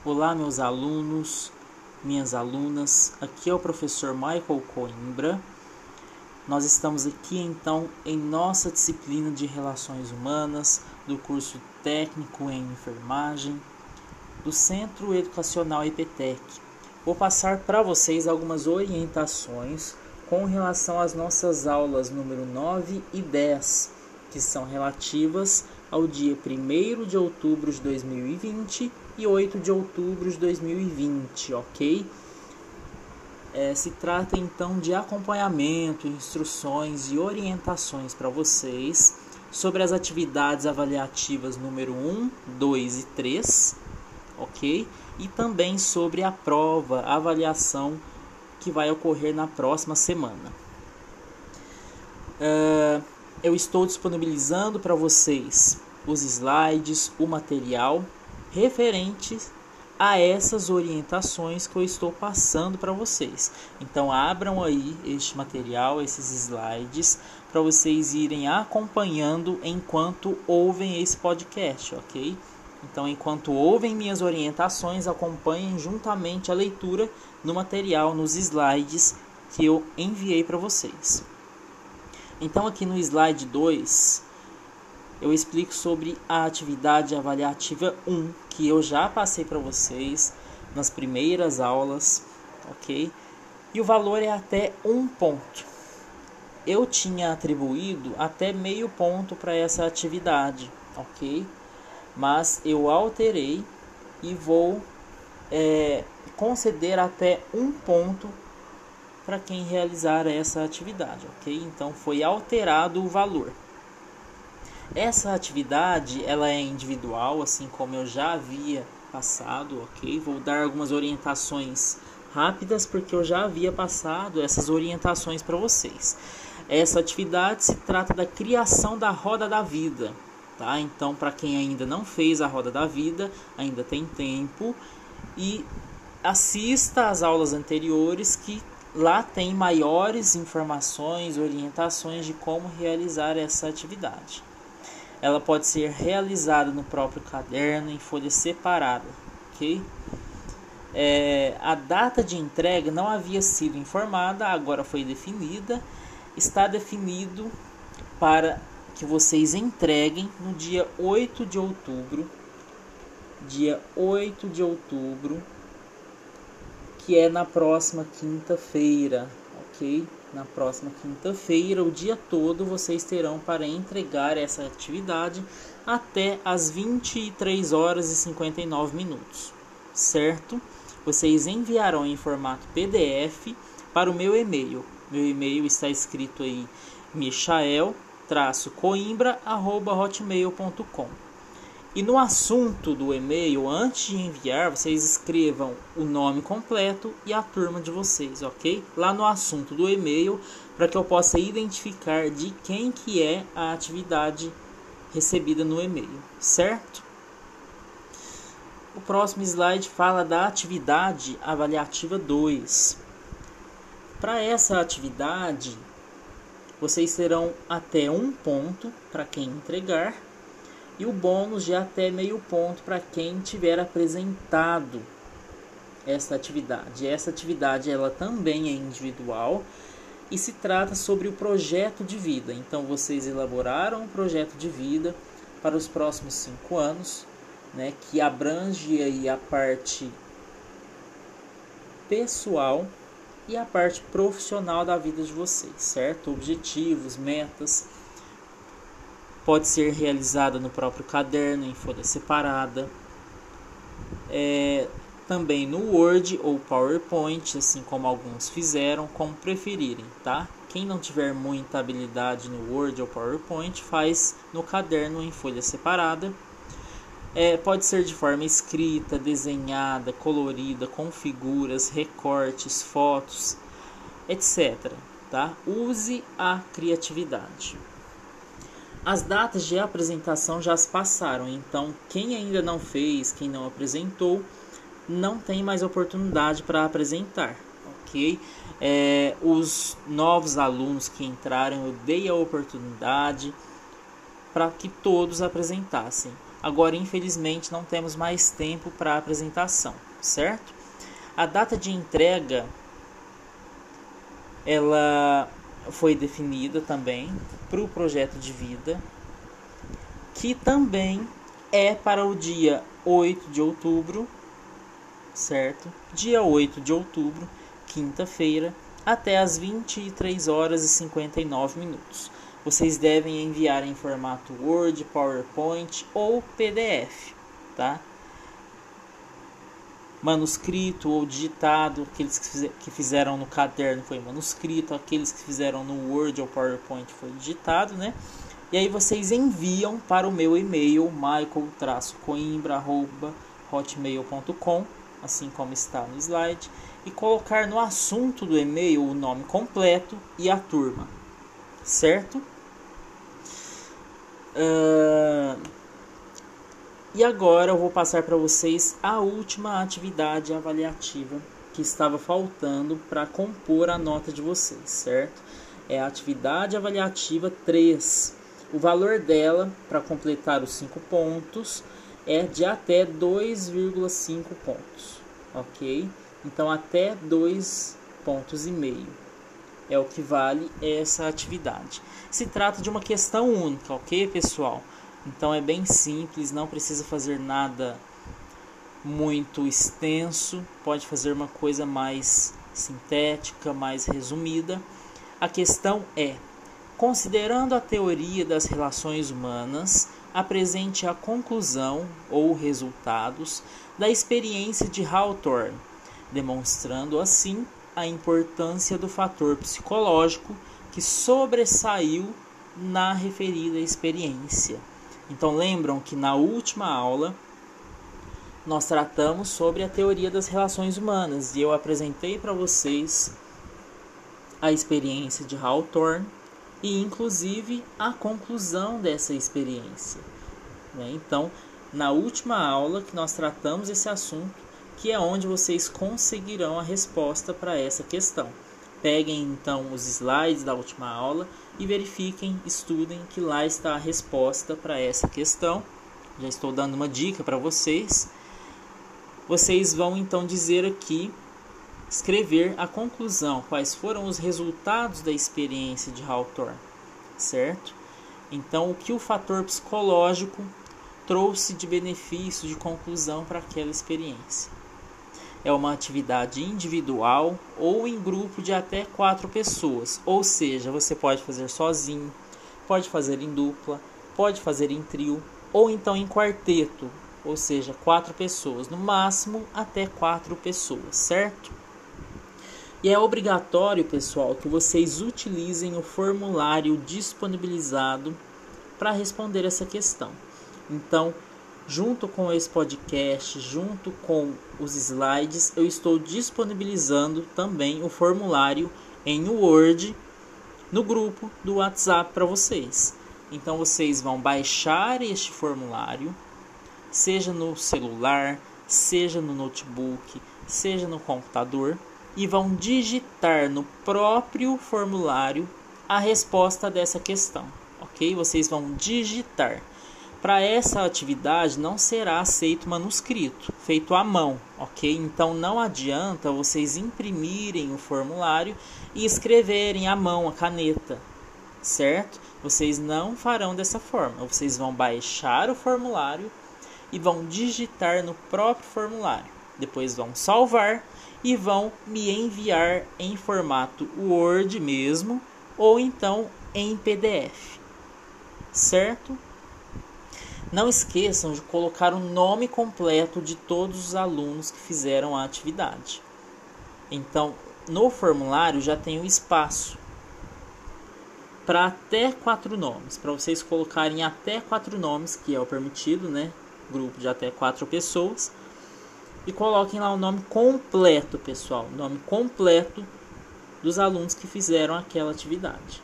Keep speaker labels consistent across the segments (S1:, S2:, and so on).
S1: Olá, meus alunos, minhas alunas, aqui é o professor Michael Coimbra. Nós estamos aqui então em nossa disciplina de Relações Humanas do curso técnico em enfermagem do Centro Educacional EPTEC. Vou passar para vocês algumas orientações com relação às nossas aulas número 9 e 10, que são relativas ao dia 1º de outubro de 2020 e 8 de outubro de 2020, ok? Se trata então de acompanhamento, instruções e orientações para vocês sobre as atividades avaliativas número 1, 2 e 3, ok? E também sobre a prova, a avaliação que vai ocorrer na próxima semana. Eu estou disponibilizando para vocês os slides, o material referentes a essas orientações que eu estou passando para vocês. Então abram aí este material, esses slides, para vocês irem acompanhando enquanto ouvem esse podcast, ok? Então, enquanto ouvem minhas orientações, acompanhem juntamente a leitura no material, nos slides que eu enviei para vocês. Então, aqui no slide 2, eu explico sobre a atividade avaliativa 1, que eu já passei para vocês nas primeiras aulas, ok? E o valor é até 1 ponto. Eu tinha atribuído até meio ponto para essa atividade, ok? Mas eu alterei e vou conceder até 1 ponto para quem realizar essa atividade, ok? Então foi alterado o valor. Essa atividade ela é individual, assim como eu já havia passado, ok? Vou dar algumas orientações rápidas porque eu já havia passado essas orientações para vocês. Essa atividade se trata da criação da roda da vida, tá? Então, para quem ainda não fez a roda da vida, ainda tem tempo e assista às aulas anteriores que lá tem maiores informações, orientações de como realizar essa atividade. Ela pode ser realizada no próprio caderno, em folha separada, ok? A data de entrega não havia sido informada, agora foi definida. Está definido para que vocês entreguem no dia 8 de outubro. Dia 8 de outubro, que é na próxima quinta-feira, ok? Na próxima quinta-feira, o dia todo, vocês terão para entregar essa atividade até as 23 horas e 59 minutos, certo? Vocês enviarão em formato PDF para o meu e-mail. Meu e-mail está escrito aí, michael-coimbra@hotmail.com. E no assunto do e-mail, antes de enviar, vocês escrevam o nome completo e a turma de vocês, ok? Lá no assunto do e-mail, para que eu possa identificar de quem que é a atividade recebida no e-mail, certo? O próximo slide fala da atividade avaliativa 2. Para essa atividade, vocês terão até 1 ponto para quem entregar, e o bônus de até meio ponto para quem tiver apresentado essa atividade. Essa atividade ela também é individual e se trata sobre o projeto de vida. Então vocês elaboraram um projeto de vida para os próximos 5 anos, né, que abrange aí a parte pessoal e a parte profissional da vida de vocês, certo? Objetivos, metas. Pode ser realizada no próprio caderno, em folha separada. Também no Word ou PowerPoint, assim como alguns fizeram, como preferirem, tá? Quem não tiver muita habilidade no Word ou PowerPoint, faz no caderno em folha separada. Pode ser de forma escrita, desenhada, colorida, com figuras, recortes, fotos, etc. Tá? Use a criatividade. As datas de apresentação já se passaram, então quem ainda não fez, quem não apresentou, não tem mais oportunidade para apresentar, ok? Os novos alunos que entraram, eu dei a oportunidade para que todos apresentassem. Agora, infelizmente, não temos mais tempo para a apresentação, certo? A data de entrega, ela foi definida também para o projeto de vida, que também é para o dia 8 de outubro, certo? Dia 8 de outubro, quinta-feira, até as 23 horas e 59 minutos. Vocês devem enviar em formato Word, PowerPoint ou PDF, tá? Manuscrito ou digitado, aqueles que fizeram no caderno foi manuscrito, aqueles que fizeram no Word ou PowerPoint foi digitado, né? E aí vocês enviam para o meu e-mail, michael-coimbra@hotmail.com, assim como está no slide, e colocar no assunto do e-mail o nome completo e a turma, certo? E agora eu vou passar para vocês a última atividade avaliativa que estava faltando para compor a nota de vocês, certo? É a atividade avaliativa 3. O valor dela, para completar os 5 pontos, é de até 2,5 pontos, ok? Então, até 2,5 pontos é o que vale essa atividade. Se trata de uma questão única, ok, pessoal? Então, é bem simples, não precisa fazer nada muito extenso, pode fazer uma coisa mais sintética, mais resumida. A questão é: considerando a teoria das relações humanas, apresente a conclusão ou resultados da experiência de Hawthorne, demonstrando assim a importância do fator psicológico que sobressaiu na referida experiência. Então lembram que na última aula nós tratamos sobre a teoria das relações humanas e eu apresentei para vocês a experiência de Hawthorne e inclusive a conclusão dessa experiência, né? Então, na última aula que nós tratamos esse assunto, que é onde vocês conseguirão a resposta para essa questão. Peguem então os slides da última aula e verifiquem, estudem que lá está a resposta para essa questão. Já estou dando uma dica para vocês. Vocês vão então dizer aqui, escrever a conclusão, quais foram os resultados da experiência de Hawthorne, certo? Então, o que o fator psicológico trouxe de benefício, de conclusão para aquela experiência. É uma atividade individual ou em grupo de até 4 pessoas, ou seja, você pode fazer sozinho, pode fazer em dupla, pode fazer em trio, ou então em quarteto, ou seja, 4 pessoas, no máximo até 4 pessoas, certo? E é obrigatório, pessoal, que vocês utilizem o formulário disponibilizado para responder essa questão. Então, junto com esse podcast, junto com os slides, eu estou disponibilizando também o formulário em Word no grupo do WhatsApp para vocês. Então, vocês vão baixar este formulário, seja no celular, seja no notebook, seja no computador, e vão digitar no próprio formulário a resposta dessa questão, ok? Vocês vão digitar. Para essa atividade não será aceito manuscrito, feito à mão, ok? Então não adianta vocês imprimirem o formulário e escreverem à mão, a caneta, certo? Vocês não farão dessa forma, vocês vão baixar o formulário e vão digitar no próprio formulário. Depois vão salvar e vão me enviar em formato Word mesmo, ou então em PDF, certo? Não esqueçam de colocar o nome completo de todos os alunos que fizeram a atividade. Então, no formulário já tem um espaço para até 4 nomes, para vocês colocarem até 4 nomes, que é o permitido, né? Grupo de até 4 pessoas. E coloquem lá o nome completo, pessoal, o nome completo dos alunos que fizeram aquela atividade.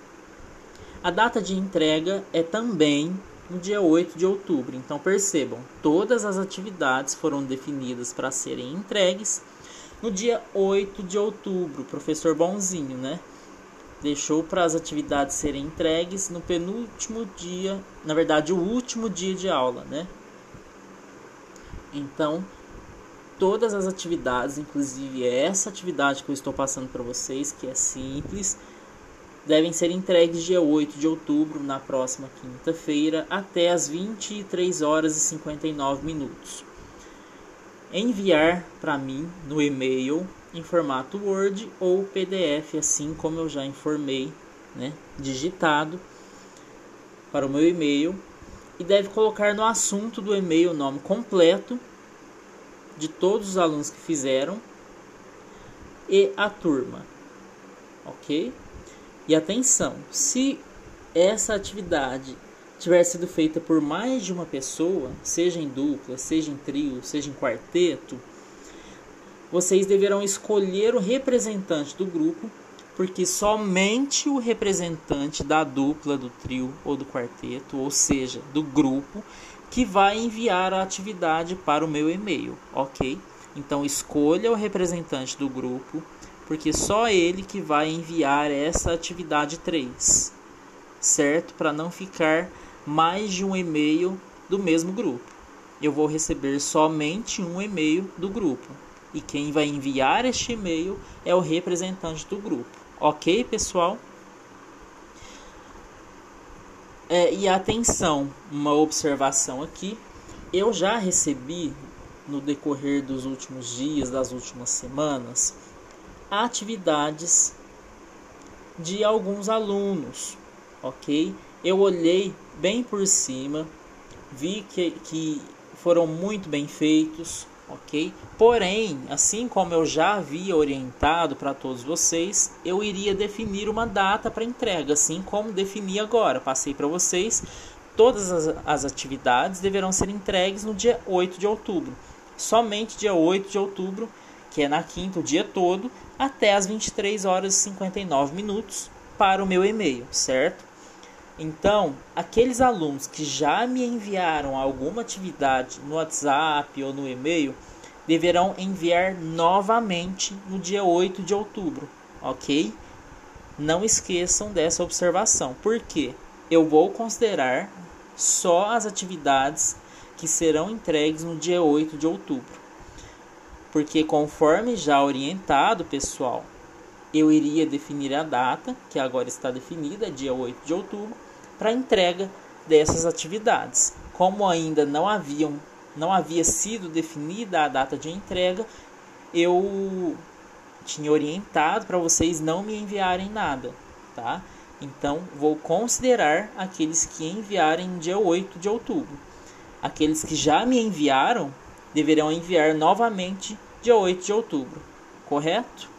S1: A data de entrega é também no dia 8 de outubro. Então percebam, todas as atividades foram definidas para serem entregues no dia 8 de outubro, professor bonzinho, né? deixou para as atividades serem entregues no penúltimo dia, na verdade o último dia de aula, né? Então, todas as atividades, inclusive essa atividade que eu estou passando para vocês, que é simples, devem ser entregues dia 8 de outubro, na próxima quinta-feira, até as 23 horas e 59 minutos. Enviar para mim no e-mail em formato Word ou PDF, assim como eu já informei, né, digitado para o meu e-mail, e deve colocar no assunto do e-mail o nome completo de todos os alunos que fizeram e a turma, ok? E atenção, se essa atividade tiver sido feita por mais de uma pessoa, seja em dupla, seja em trio, seja em quarteto, vocês deverão escolher o representante do grupo, porque somente o representante da dupla, do trio ou do quarteto, ou seja, do grupo, que vai enviar a atividade para o meu e-mail, ok? Então escolha o representante do grupo, porque só ele que vai enviar essa atividade 3, certo? Para não ficar mais de um e-mail do mesmo grupo. Eu vou receber somente um e-mail do grupo. E quem vai enviar este e-mail é o representante do grupo. Ok, pessoal? E atenção, uma observação aqui. Eu já recebi, no decorrer dos últimos dias, das últimas semanas, atividades de alguns alunos, ok? Eu olhei bem por cima, vi que foram muito bem feitos, ok? Porém, assim como eu já havia orientado para todos vocês, eu iria definir uma data para entrega, assim como defini agora. Passei para vocês, todas as atividades deverão ser entregues no dia 8 de outubro. Somente dia 8 de outubro, que é na quinta, o dia todo, até as 23 horas e 59 minutos para o meu e-mail, certo? Então, aqueles alunos que já me enviaram alguma atividade no WhatsApp ou no e-mail, deverão enviar novamente no dia 8 de outubro, ok? Não esqueçam dessa observação, porque eu vou considerar só as atividades que serão entregues no dia 8 de outubro. Porque conforme já orientado, pessoal, eu iria definir a data, que agora está definida, dia 8 de outubro, para a entrega dessas atividades. Como ainda não havia sido definida a data de entrega, eu tinha orientado para vocês não me enviarem nada, tá? Então, vou considerar aqueles que enviarem dia 8 de outubro. Aqueles que já me enviaram deverão enviar novamente dia 8 de outubro, correto?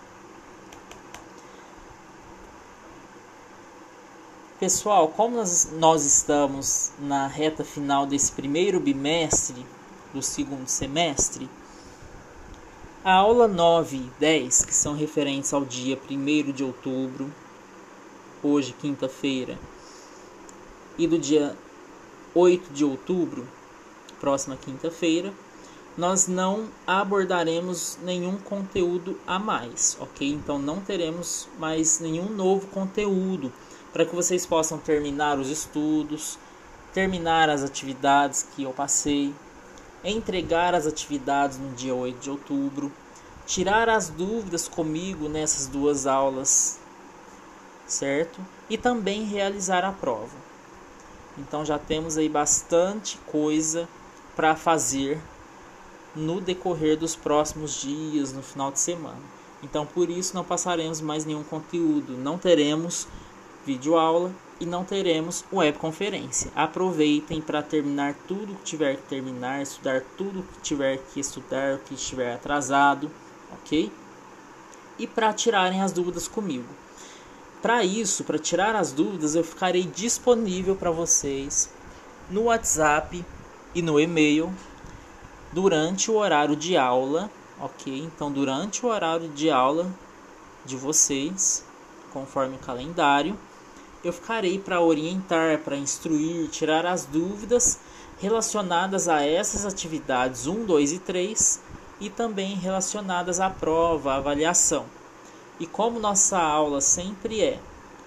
S1: Pessoal, como nós estamos na reta final desse primeiro bimestre do segundo semestre, a aula 9 e 10, que são referentes ao dia 1º de outubro, hoje quinta-feira, e do dia 8 de outubro, próxima quinta-feira, nós não abordaremos nenhum conteúdo a mais, ok? Então não teremos mais nenhum novo conteúdo para que vocês possam terminar os estudos, terminar as atividades que eu passei, entregar as atividades no dia 8 de outubro, tirar as dúvidas comigo nessas duas aulas, certo? E também realizar a prova. Então já temos aí bastante coisa para fazer no decorrer dos próximos dias, no final de semana. Então por isso não passaremos mais nenhum conteúdo, não teremos videoaula e não teremos webconferência. Aproveitem para terminar tudo que tiver que terminar, estudar tudo que tiver que estudar, o que estiver atrasado, ok? E para tirarem as dúvidas comigo. Para isso, para tirar as dúvidas, eu ficarei disponível para vocês no WhatsApp e no e-mail durante o horário de aula, ok? Então, durante o horário de aula de vocês, conforme o calendário, eu ficarei para orientar, para instruir, tirar as dúvidas relacionadas a essas atividades 1, 2 e 3 e também relacionadas à prova, à avaliação. E como nossa aula sempre é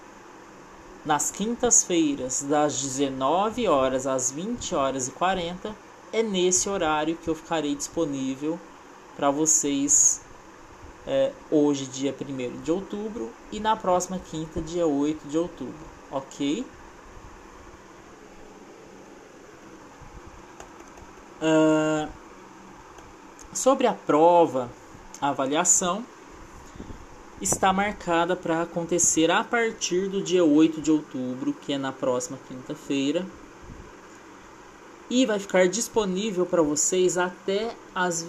S1: nas quintas-feiras, das 19 horas às 20 horas e 40, é nesse horário que eu ficarei disponível para vocês hoje, dia 1º de outubro, e na próxima quinta, dia 8 de outubro, ok? Sobre a prova, a avaliação está marcada para acontecer a partir do dia 8 de outubro, que é na próxima quinta-feira, e vai ficar disponível para vocês até às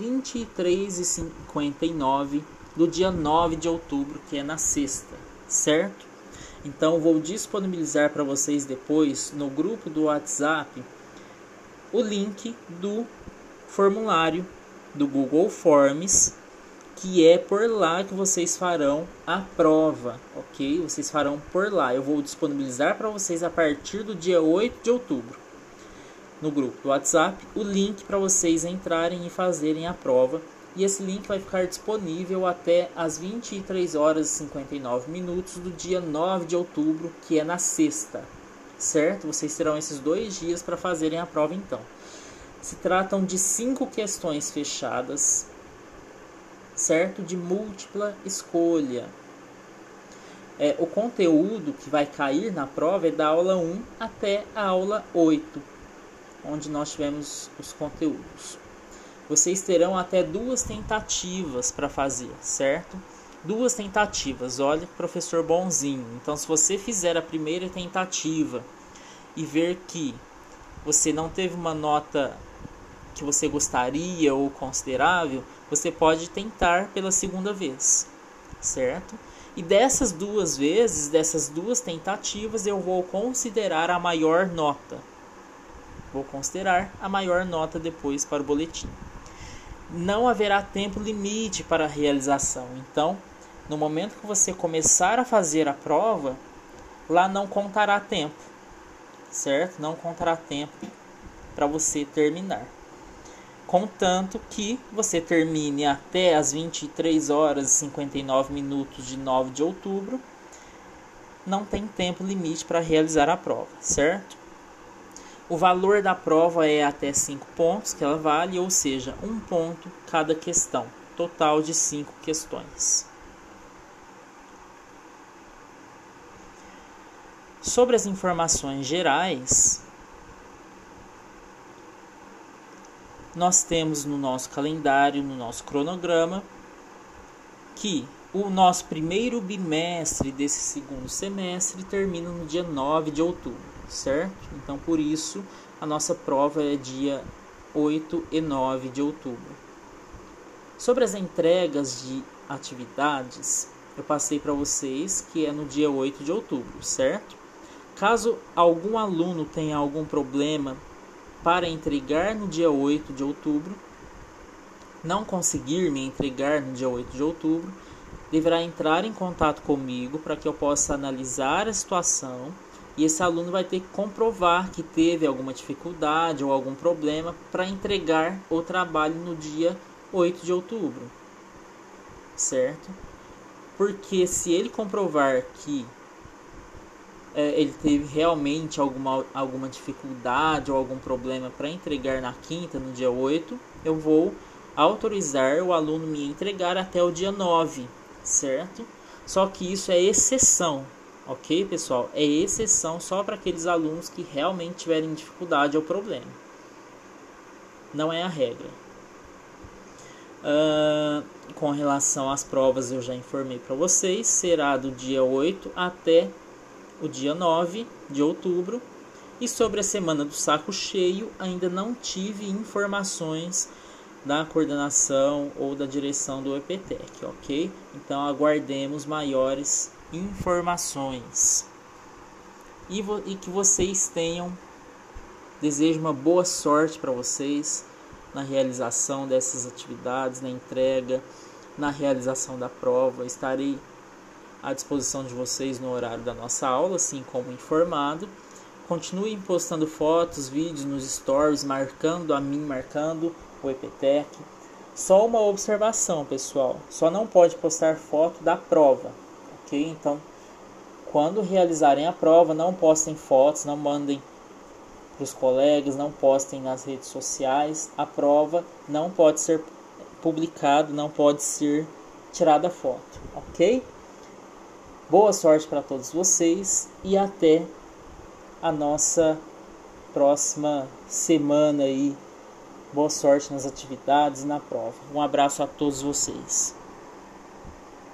S1: 23h59 do dia 9 de outubro, que é na sexta, certo? Então vou disponibilizar para vocês depois no grupo do WhatsApp o link do formulário do Google Forms, que é por lá que vocês farão a prova, ok? Vocês farão por lá. Eu vou disponibilizar para vocês a partir do dia 8 de outubro, no grupo do WhatsApp, o link para vocês entrarem e fazerem a prova. E esse link vai ficar disponível até às 23 horas e 59 minutos do dia 9 de outubro, que é na sexta, certo? Vocês terão esses 2 dias para fazerem a prova então. Se tratam de 5 questões fechadas, certo? De múltipla escolha. O conteúdo que vai cair na prova é da aula 1 até a aula 8, onde nós tivemos os conteúdos. Vocês terão até 2 tentativas para fazer, certo? 2 tentativas, olha que professor bonzinho. Então, se você fizer a primeira tentativa e ver que você não teve uma nota que você gostaria ou considerável, você pode tentar pela segunda vez, certo? E dessas 2 vezes, dessas 2 tentativas, eu vou considerar a maior nota. Vou considerar a maior nota depois para o boletim. Não haverá tempo limite para a realização. Então, no momento que você começar a fazer a prova, lá não contará tempo, certo? Não contará tempo para você terminar. Contanto que você termine até as 23 horas e 59 minutos de 9 de outubro, não tem tempo limite para realizar a prova, certo? O valor da prova é até 5 pontos que ela vale, ou seja, 1 ponto cada questão. Total de 5 questões. Sobre as informações gerais, nós temos no nosso calendário, no nosso cronograma, que o nosso primeiro bimestre desse segundo semestre termina no dia 9 de outubro. Certo? Então, por isso, a nossa prova é dia 8 e 9 de outubro. Sobre as entregas de atividades, eu passei para vocês que é no dia 8 de outubro, certo? Caso algum aluno tenha algum problema para entregar no dia 8 de outubro, não conseguir me entregar no dia 8 de outubro, deverá entrar em contato comigo para que eu possa analisar a situação. E esse aluno vai ter que comprovar que teve alguma dificuldade ou algum problema para entregar o trabalho no dia 8 de outubro, certo? Porque se ele comprovar que ele teve realmente alguma dificuldade ou algum problema para entregar na quinta, no dia 8, eu vou autorizar o aluno me entregar até o dia 9, certo? Só que isso é exceção. Ok, pessoal? É exceção só para aqueles alunos que realmente tiverem dificuldade ou problema. Não é a regra. Com relação às provas, eu já informei para vocês. Será do dia 8 até o dia 9 de outubro. E sobre a semana do saco cheio, ainda não tive informações da coordenação ou da direção do EPTEC, ok? Então, aguardemos maiores informações e que vocês desejo uma boa sorte para vocês na realização dessas atividades, na entrega, na realização da prova. Estarei à disposição de vocês no horário da nossa aula, assim como informado. Continuem postando fotos, vídeos nos stories, marcando a mim, marcando o EPTEC. Só uma observação, pessoal, só não pode postar foto da prova. Ok? Então, quando realizarem a prova, não postem fotos, não mandem para os colegas, não postem nas redes sociais. A prova não pode ser publicada, não pode ser tirada foto, ok? Boa sorte para todos vocês e até a nossa próxima semana aí. Boa sorte nas atividades e na prova. Um abraço a todos vocês.